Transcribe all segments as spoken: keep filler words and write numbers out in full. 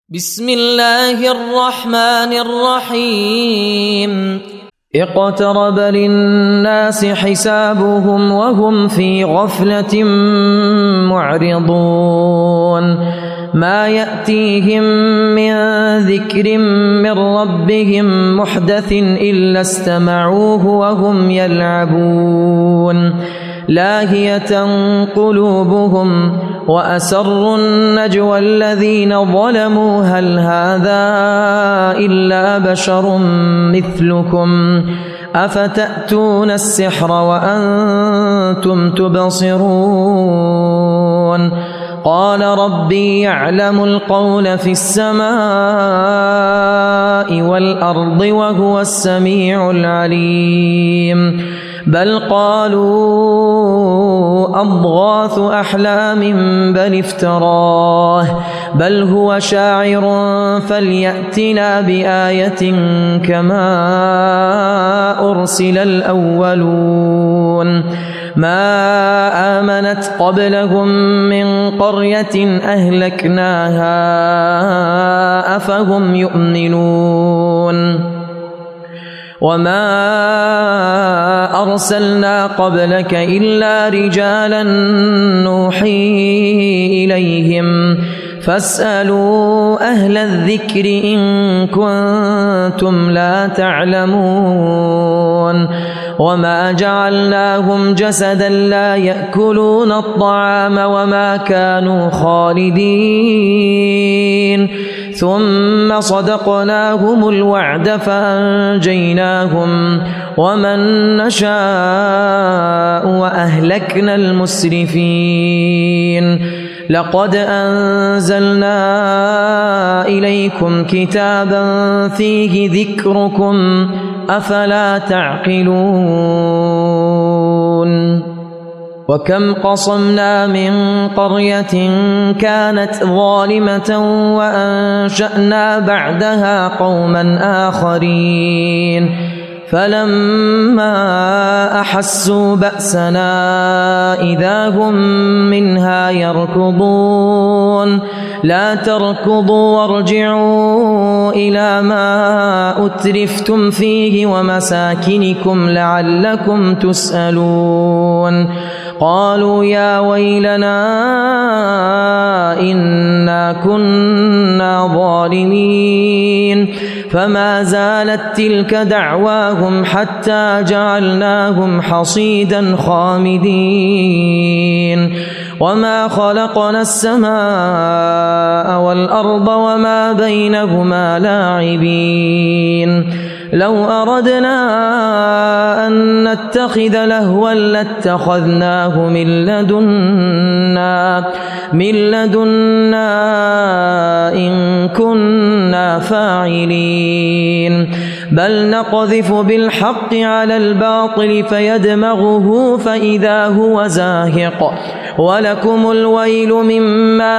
بسم الله الرحمن الرحيم اقترب للناس حسابهم وهم في غفلة معرضون ما يأتيهم من ذكر من ربهم محدث إلا استمعوه وهم يلعبون لاهية قلوبهم وأسروا النجوى الذين ظلموا هل هذا إلا بشر مثلكم أفتأتون السحر وأنتم تبصرون قال ربي يعلم القول في السماء والأرض وهو السميع العليم بل قالوا أضغاث أحلام بل افتراه بل هو شاعر فليأتنا بآية كما أرسل الأولون ما آمنت قبلهم من قرية أهلكناها أفهم يؤمنون وما أرسلنا قبلك إلا رجالا نوحي إليهم فاسألوا أهل الذكر إن كنتم لا تعلمون وما جعلناهم جسدا لا يأكلون الطعام وما كانوا خالدين ثم صدقناهم الوعد فأنجيناهم ومن نشاء وأهلكنا المسرفين لقد أنزلنا إليكم كتابا فيه ذكركم أفلا تعقلون وكم قصمنا من قرية كانت ظالمة وأنشأنا بعدها قوما آخرين فلما أحسوا بأسنا إذا هم منها يركضون لا تركضوا وارجعوا إلى ما أترفتم فيه ومساكنكم لعلكم تسألون قالوا يا ويلنا إنا كنا ظالمين فما زالت تلك دعواهم حتى جعلناهم حصيدا خامدين وما خلقنا السماء والأرض وما بينهما لاعبين لو أردنا أن نتخذ لهوا لاتخذناه من لدنا من لدنا إن كنا فاعلين بل نقذف بالحق على الباطل فيدمغه فإذا هو زاهق ولكم الويل مما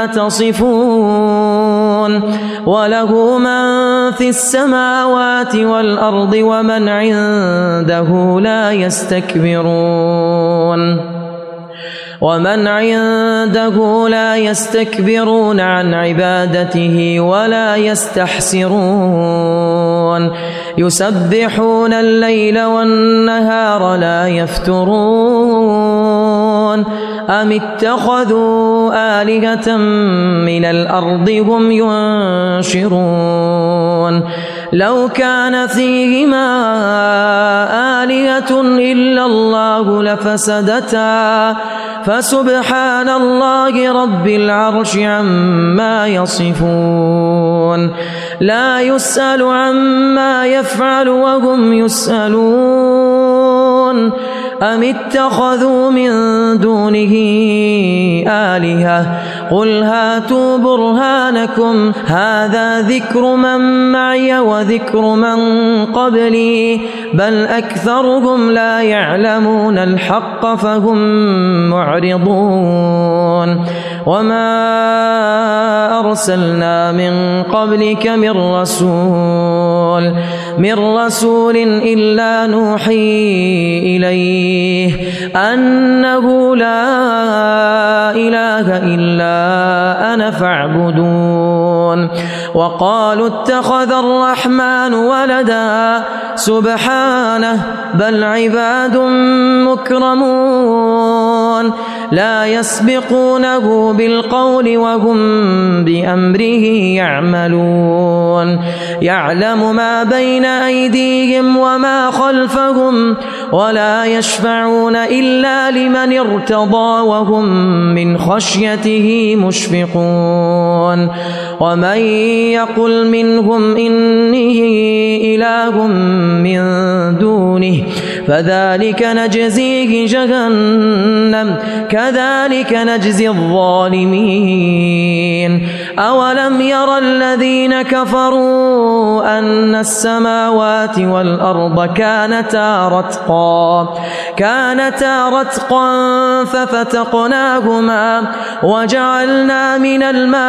تصفون وله من في السماوات والأرض ومن عنده لا يستكبرون ومن عنده لا يستكبرون عن عبادته ولا يستحسرون يسبحون الليل والنهار لا يفترون أم اتخذوا آلهة من الأرض هم ينشرون لو كان فيهما آلهة إلا الله لفسدتا فسبحان الله رب العرش عما يصفون لا يسأل عما يفعل وهم يسألون أم اتخذوا من دونه آلهة قل هاتوا برهانكم هذا ذكر من معي وذكر من قبلي بل أكثرهم لا يعلمون الحق فهم معرضون وما أرسلنا من قبلك من رسول من رسول إلا نوحي إليه أنه لا إله إلا أنا فاعبدون وقالوا اتخذ الرحمن ولدا سبحانه بل عباد مكرمون لا يسبقونه بالقول وهم بأمره يعملون يعلم ما بين أيديهم وما خلفهم ولا يشفعون إلا لمن ارتضى وهم من خشيته مشفقون ومن يقل منهم إني إله من دونه فذلك نجزيه جهنم كذلك نجزي الظالمين أولم ير الذين كفروا أن السماوات والأرض كانتا رتقا كانتا رتقا ففتقناهما وجعلنا من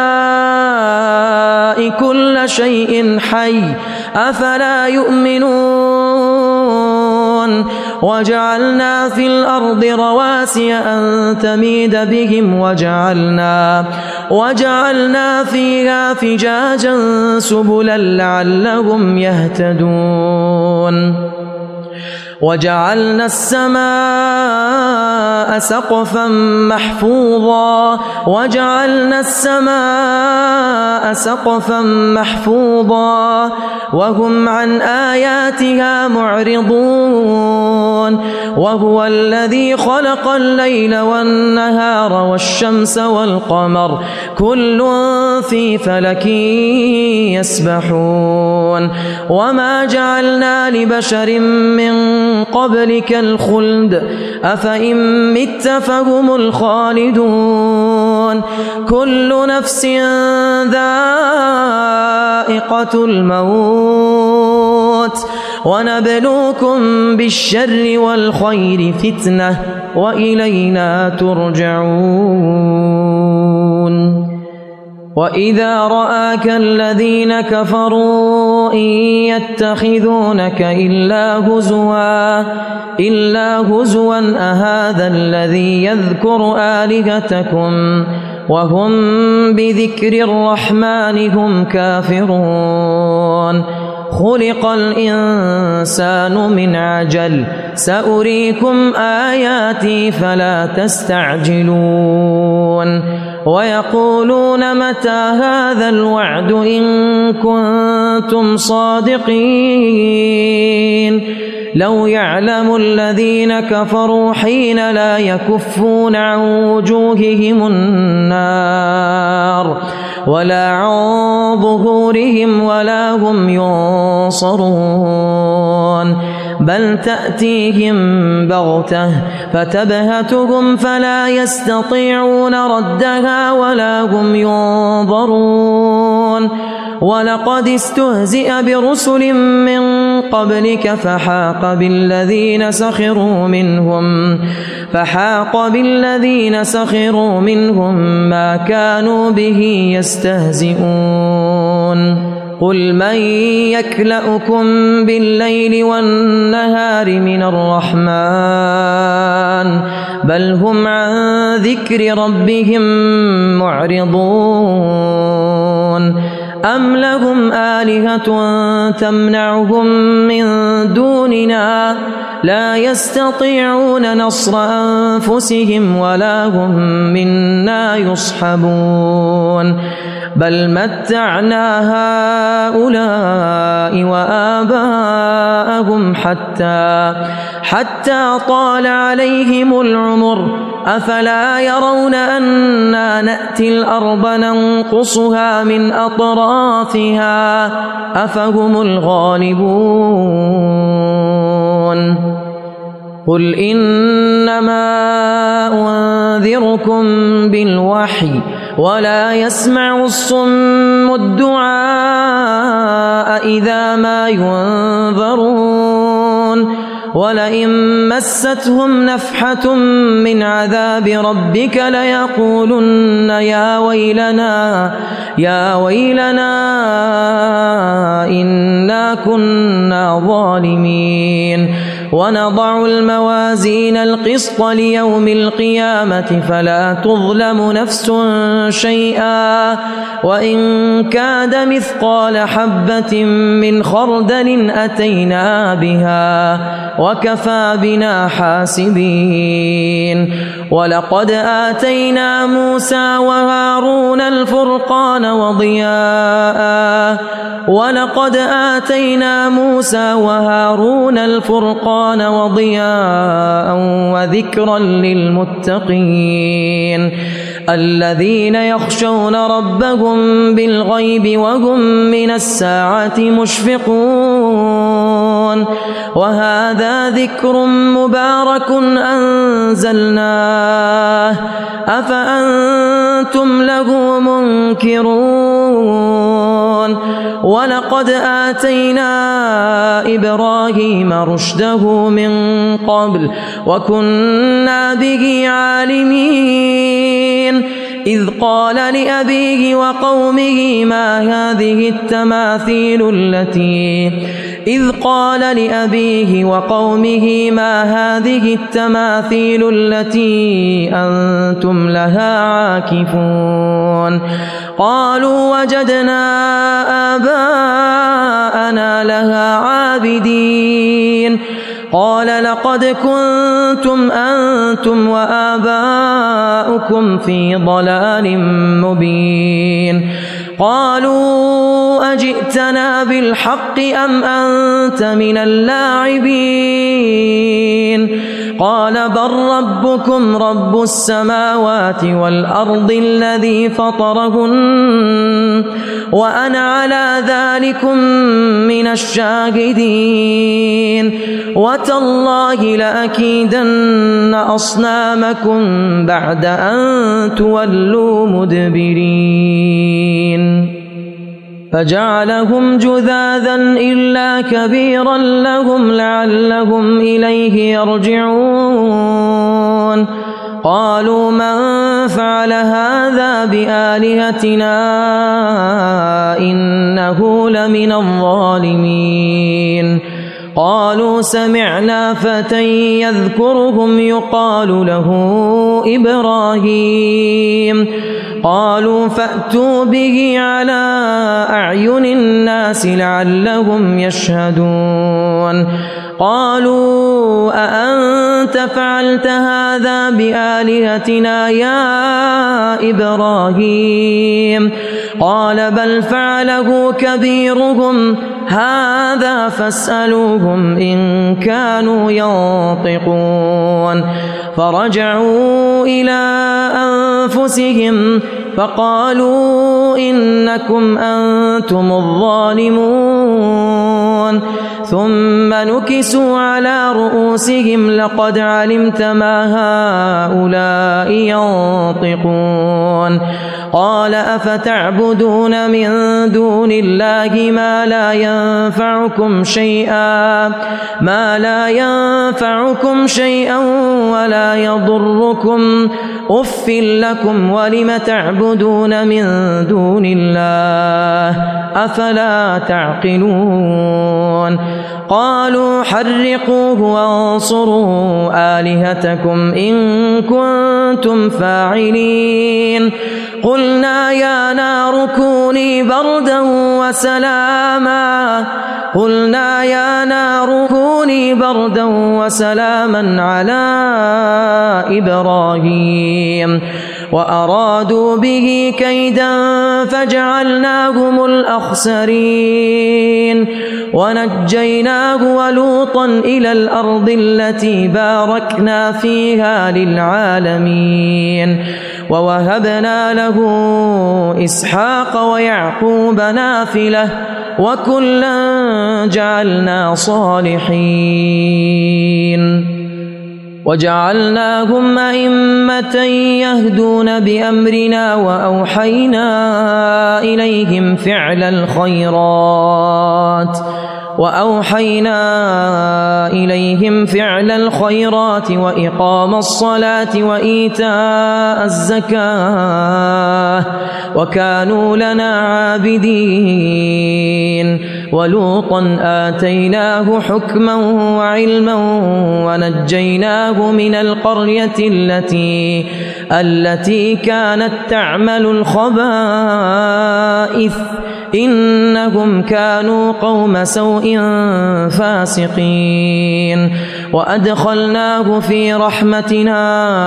الماء كل شيء حي أفلا يؤمنون وجعلنا في الأرض رواسي أن تميد بهم وجعلنا وجعلنا فيها فجاجا سبلا لعلهم يهتدون وجعلنا السماء سقفا محفوظا وجعلنا السماء سقفا محفوظا وهم عن آياتها معرضون وهو الذي خلق الليل والنهار والشمس والقمر كل في فلك يسبحون وما جعلنا لبشر من قبلك الخلد أفإن مت فهم الخالدون كل نفس ذائقة الموت ونبلوكم بالشر والخير فتنة وإلينا ترجعون وإذا رآك الذين كفروا إن يتخذونك إلا هزوا إلا هزوا أهذا الذي يذكر آلهتكم وهم بذكر الرحمن هم كافرون خلق الإنسان من عجل سأريكم آياتي فلا تستعجلون ويقولون متى هذا الوعد إن كنتم صادقين لو يعلم الذين كفروا حين لا يكفون عن وجوههم النار ولا عن ظهورهم ولا هم ينصرون بل تأتيهم بغتة فتبهتهم فلا يستطيعون ردها ولا هم ينظرون ولقد استهزئ برسل من قبلك فحاق بالذين سخروا منهم فحاق بالذين سخروا منهم ما كانوا به يستهزئون قل من يكلؤكم بالليل والنهار من الرحمن بل هم عن ذكر ربهم معرضون أم لهم آلهة تمنعهم من دوننا لا يستطيعون نصر أنفسهم ولا هم منا يصحبون بل متعنا هؤلاء وآباءهم حتى حتى طال عليهم العمر أفلا يرون أنا نأتي الأرض ننقصها من أطرافها أفهم الغالبون قل إنما أنذركم بالوحي ولا يسمع الصم الدعاء إذا ما ينذرون ولئن مستهم نفحة من عذاب ربك ليقولن يا ويلنا يا ويلنا إنا كنا ظالمين ونضع الموازين القسط ليوم القيامة فلا تظلم نفس شيئا وإن كاد مثقال حبة من خردل أتينا بها وكفى بنا حاسبين ولقد آتينا موسى وهارون الفرقان وضياء ولقد آتينا موسى وهارون الفرقان وضياء وذكرا للمتقين الذين يخشون ربهم بالغيب وهم من الساعة مشفقون وهذا ذكر مبارك أنزلناه أفأنتم له منكرون ولقد آتينا إبراهيم رشده من قبل وكنا به عالمين إذ قال لأبيه وقومه ما هذه التماثيل التي إذ قال لأبيه وقومه ما هذه التماثيل التي أنتم لها عاكفون قالوا وجدنا آباءنا لها عابدين قال لقد كنتم أنتم وآباؤكم في ضلال مبين قالوا أجئتنا بالحق أم أنت من اللاعبين قال بل ربكم رب السماوات والأرض الذي فطرهن وأنا على ذلكم من الشاهدين وتالله لأكيدن أصنامكم بعد أن تولوا مدبرين فجعلهم جذاذا إلا كبيرا لهم لعلهم إليه يرجعون قالوا من فعل هذا بآلهتنا إنه لمن الظالمين قالوا سمعنا فتى يذكرهم يقال له إبراهيم قالوا فأتوا به على أعين الناس لعلهم يشهدون قالوا أأنت فعلت هذا بآلهتنا يا إبراهيم قال بل فعله كبيرهم هذا فاسألوهم إن كانوا ينطقون فرجعوا إلى أنفسهم فقالوا إنكم أنتم الظالمون ثم نكسوا على رؤوسهم لقد علمت ما هؤلاء ينطقون قال أفتعبدون من دون الله ما لا ينفعكم شيئا ما لا ينفعكم شيئا ولا يضركم أف لكم ولم تعبدون من دون الله أفلا تعقلون قالوا حرقوه وانصروا آلهتكم إن كنتم فاعلين قلنا يا نار كوني بردا وسلاما قلنا يا نار كوني بردا وسلاما على إبراهيم وأرادوا به كيدا فجعلناهم الأخسرين ونجيناه ولوطا إلى الأرض التي باركنا فيها للعالمين ووهبنا له إسحاق ويعقوب نافلة وكلا جعلنا صالحين وجعلناهم أئمة يهدون بأمرنا وأوحينا إليهم فعل الخيرات وأوحينا إليهم فعل الخيرات وإقام الصلاة وإيتاء الزكاة وكانوا لنا عابدين ولوطا آتيناه حكما وعلما ونجيناه من القرية التي التي كانت تعمل الخبائث إنهم كانوا قوم سوء فاسقين وأدخلناه في رحمتنا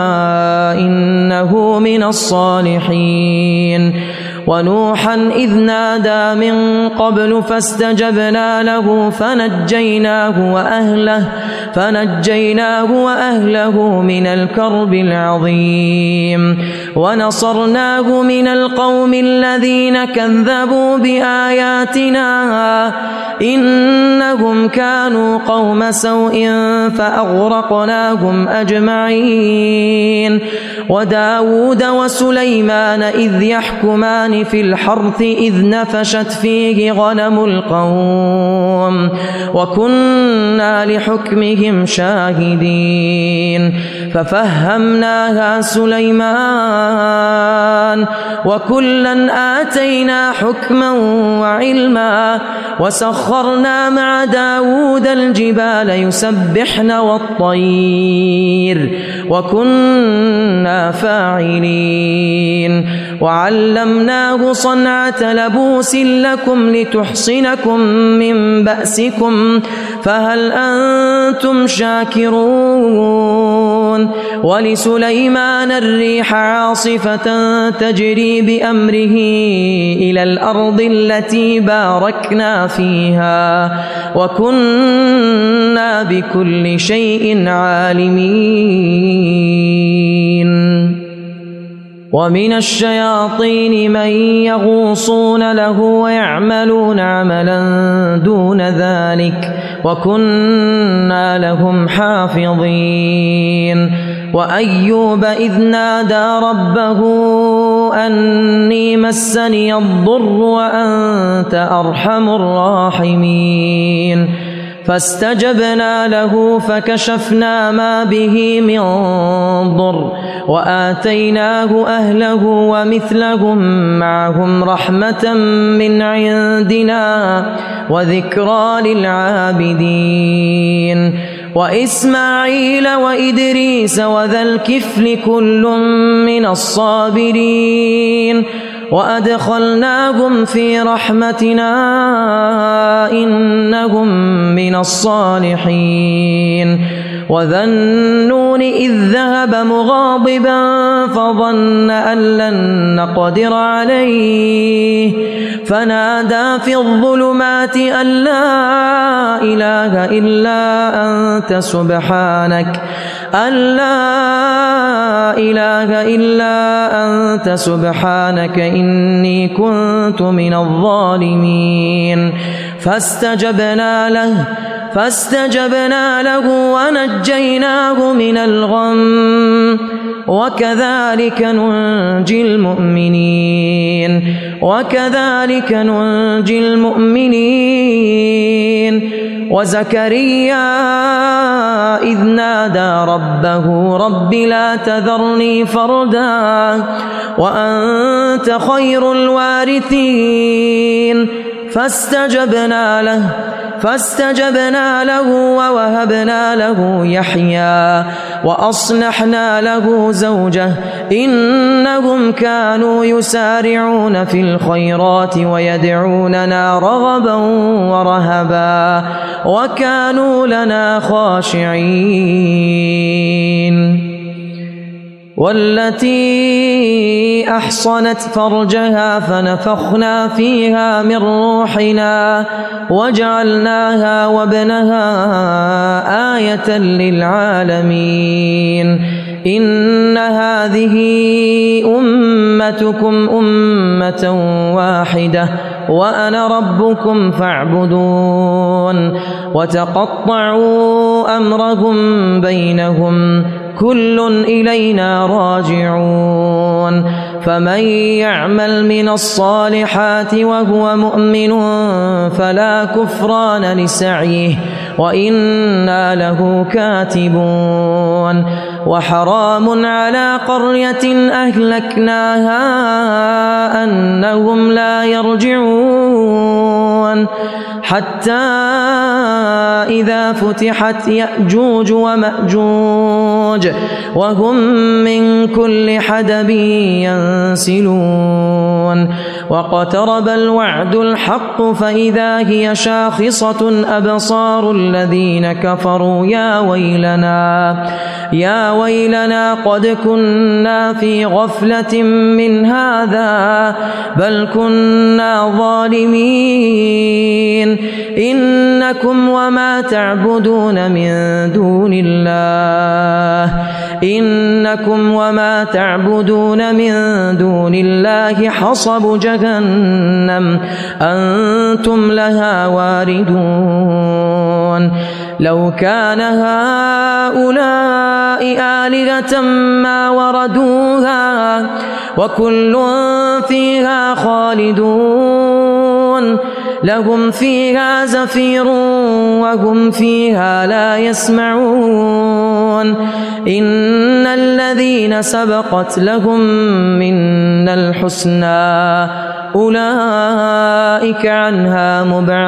إنه من الصالحين ونوحا إذ نادى من قبل فاستجبنا له فنجيناه وأهله فنجيناه وأهله من الكرب العظيم ونصرناه من القوم الذين كذبوا بآياتنا إنهم كانوا قوم سوء فأغرقناهم أجمعين وداود وسليمان إذ يحكمان في الحرث إذ نفشت فيه غنم القوم وكنا لحكمهم شاهدين ففهمناها سليمان وكلا آتينا حكما وعلما وسخرنا مع داود الجبال يسبحن والطير وكنا فاعلين وعلمناه صنعة لبوس لكم لتحصنكم من بأسكم فهل أنتم شاكرون ولسليمان الريح عاصفة تجري بأمره إلى الأرض التي باركنا فيها وكنا بكل شيء عالمين ومن الشياطين من يغوصون له ويعملون عملا دون ذلك وكنا لهم حافظين وأيوب إذ نادى ربه أني مسني الضر وأنت أرحم الراحمين فاستجبنا له فكشفنا ما به من ضر وآتيناه أهله ومثلهم معهم رحمة من عندنا وذكرى للعابدين وإسماعيل وإدريس وذا الكفل كل من الصابرين وأدخلناهم في رحمتنا إنهم من الصالحين وذا النون إذ ذهب مغاضبا فظن أن لن نقدر عليه فنادى في الظلمات أن لا إله إلا أنت سبحانك أن لا إله إلا أنت سبحانك إني كنت من الظالمين فاستجبنا له فاستجبنا له ونجيناه من الغم وكذلك ننجي المؤمنين وكذلك ننجي المؤمنين وزكريا إذ نادى ربه رب لا تذرني فردا وأنت خير الوارثين فاستجبنا له فاستجبنا له ووهبنا له يحيى وأصلحنا له زوجه إنهم كانوا يسارعون في الخيرات ويدعوننا رغبا ورهبا وكانوا لنا خاشعين والتي أحصنت فرجها فنفخنا فيها من روحنا وجعلناها وابنها آية للعالمين إن هذه أمتكم أمة واحدة وأنا ربكم فاعبدون وتقطعوا أمرهم بينهم كل إلينا راجعون فمن يعمل من الصالحات وهو مؤمن فلا كفران لسعيه وإنا له كاتبون وحرام على قرية أهلكناها أنهم لا يرجعون حتى إذا فتحت يأجوج ومأجوج وهم من كل حدب ينسلون واقترب الوعد الحق فإذا هي شاخصة أبصار الذين كفروا يا ويلنا يا ويلنا قد كنا في غفلة من هذا بل كنا ظالمين إنكم وما تعبدون من دون الله إنكم وما تعبدون من دون الله حصب جهنم أنتم لها واردون لو كان هؤلاء آلهة ما وردوها وكل فيها خالدون لهم فيها زفير وهم فيها لا يسمعون إن الذين سبقت لهم منا الحسنى أولئك عنها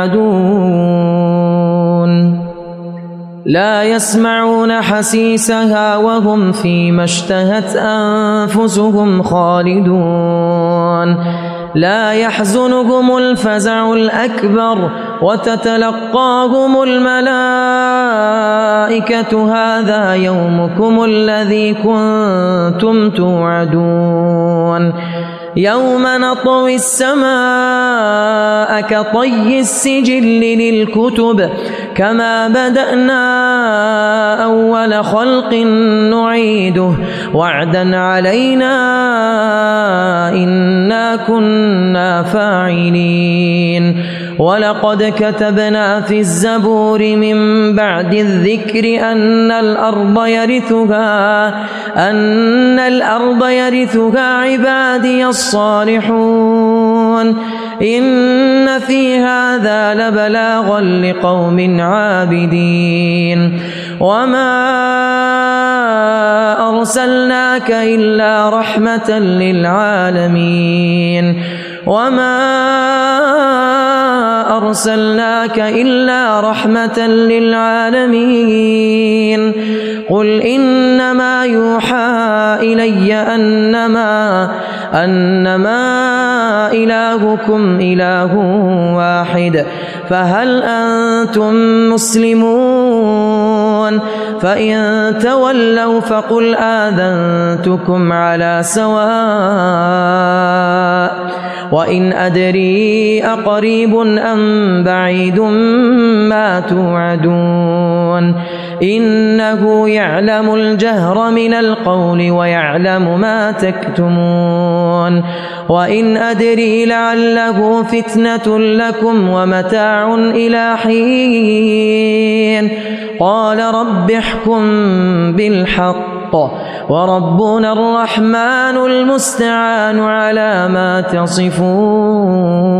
مبعدون لا يسمعون حسيسها وهم فيما اشتهت أنفسهم خالدون لا يحزنهم الفزع الأكبر وتتلقاهم الملائكة هذا يومكم الذي كنتم توعدون يوم نطوي السماء كطي السجل للكتب كما بدأنا أول خلق نعيده وعدا علينا إنا كنا فاعلين ولقد كتبنا في الزبور من بعد الذكر أن الأرض يرثها أن الأرض يرثها عبادي الصالحون إن في هذا لبلاغا لقوم عابدين وما أرسلناك إلا رحمة للعالمين وما أرسلناك إلا رحمة للعالمين قل إنما يوحى إلي أنما أنما إلهكم إله واحد فهل أنتم مسلمون فإن تولوا فقل آذنتكم على سواء وإن أدري أقريب أم بعيد ما توعدون إنه يعلم الجهر من القول ويعلم ما تكتمون وإن أدري لعله فتنة لكم ومتاع إلى حين قال رب احكم بالحق وربنا الرحمن المستعان على ما تصفون.